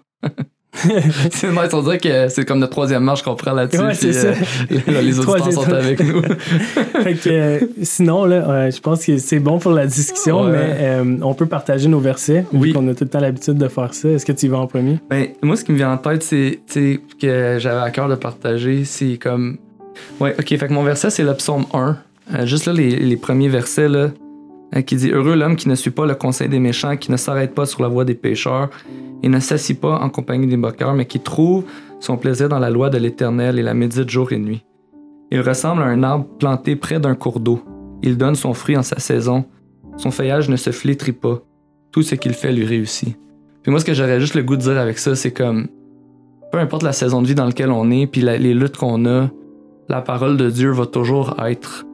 C'est nice, on dirait que c'est comme notre troisième marche qu'on prend là-dessus. Ouais, c'est ça. Les auditeurs sont avec nous. Fait que sinon, là, je pense que c'est bon pour la discussion, mais on peut partager nos versets, vu qu'on a tout le temps l'habitude de faire ça. Est-ce que tu y vas en premier? Ben, moi, ce qui me vient en tête, c'est que j'avais à cœur de partager, c'est comme... Ouais, OK, fait que mon verset, c'est le psaume 1. Juste là, les premiers versets, là, qui dit « Heureux l'homme qui ne suit pas le conseil des méchants, qui ne s'arrête pas sur la voie des pécheurs, et ne s'assit pas en compagnie des moqueurs, mais qui trouve son plaisir dans la loi de l'Éternel et la médite jour et nuit. Il ressemble à un arbre planté près d'un cours d'eau. Il donne son fruit en sa saison. Son feuillage ne se flétrit pas. Tout ce qu'il fait lui réussit. » Puis moi, ce que j'aurais juste le goût de dire avec ça, c'est comme, peu importe la saison de vie dans laquelle on est, puis les luttes qu'on a, la parole de Dieu va toujours être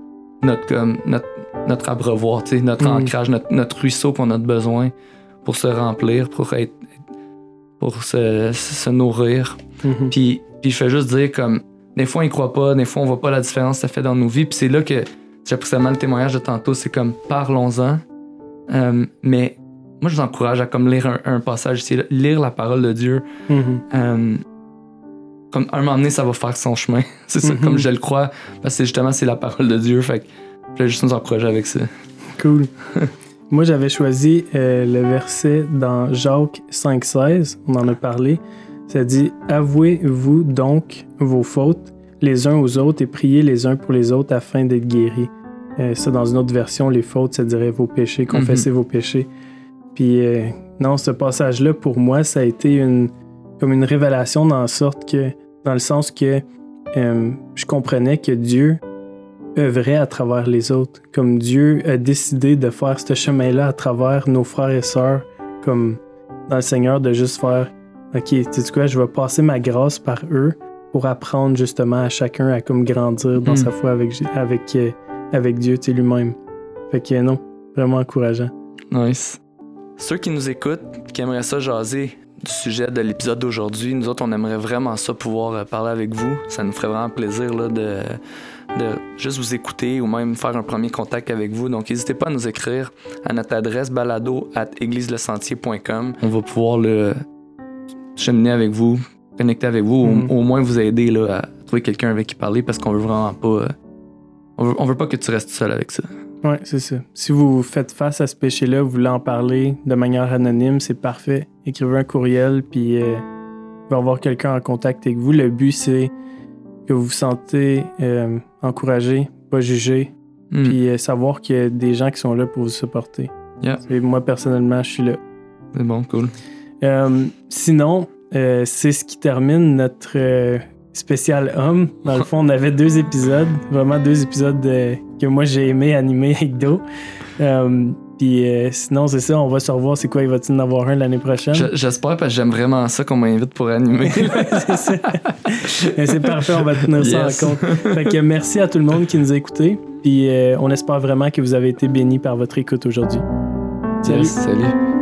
notre abreuvoir, notre ancrage, notre ruisseau qu'on a besoin pour se remplir, pour se nourrir. Puis je fais juste dire comme, des fois on y croit pas, des fois on voit pas la différence que ça fait dans nos vies, puis c'est là que j'ai appris seulement le témoignage de tantôt, c'est comme, parlons-en. Mais moi je vous encourage à comme lire un passage ici, lire la parole de Dieu. comme un moment donné, ça va faire son chemin. C'est ça, comme je le crois, parce que justement, c'est la parole de Dieu. Fait que je voulais juste nous encourager avec ça. Cool. Moi, j'avais choisi le verset dans Jacques 5,16. On en a parlé. Ça dit « Avouez-vous donc vos fautes les uns aux autres et priez les uns pour les autres afin d'être guéris. » Ça, dans une autre version, les fautes, ça dirait vos péchés, confessez vos péchés. Puis non, ce passage-là, pour moi, ça a été comme une révélation dans le sens que je comprenais que Dieu œuvrait à travers les autres. Comme Dieu a décidé de faire ce chemin-là à travers nos frères et sœurs, comme dans le Seigneur, de juste faire « OK, sais-tu quoi, je vais passer ma grâce par eux pour apprendre justement à chacun à comme grandir dans sa foi avec Dieu, tu sais, lui-même. » Fait que non, vraiment encourageant. Nice. Ceux qui nous écoutent, qui aimeraient ça jaser du sujet de l'épisode d'aujourd'hui, nous autres, on aimerait vraiment ça pouvoir parler avec vous. Ça nous ferait vraiment plaisir là, de juste vous écouter ou même faire un premier contact avec vous. Donc, n'hésitez pas à nous écrire à notre adresse balado@égliselesentier.com. On va pouvoir cheminer avec vous, connecter avec vous, au moins vous aider là, à trouver quelqu'un avec qui parler parce qu'on veut vraiment pas... on veut pas que tu restes seul avec ça. Oui, c'est ça. Si vous faites face à ce péché-là, vous voulez en parler de manière anonyme, c'est parfait. Écrivez un courriel, puis il va y avoir quelqu'un en contact avec vous. Le but, c'est que vous vous sentez encouragé, pas jugé, puis savoir qu'il y a des gens qui sont là pour vous supporter. Yeah. Et moi, personnellement, je suis là. C'est bon, cool. Sinon, c'est ce qui termine notre spécial homme. Dans le fond, on avait 2 épisodes, vraiment 2 épisodes que moi j'ai aimé animer avec Do. Puis sinon, c'est ça, on va se revoir. C'est quoi, il va-t-il en avoir un l'année prochaine? J'espère, parce que j'aime vraiment ça qu'on m'invite pour animer. C'est ça. C'est parfait, on va tenir ça en compte. Fait que merci à tout le monde qui nous a écoutés. Puis on espère vraiment que vous avez été bénis par votre écoute aujourd'hui. Salut. Yes, salut.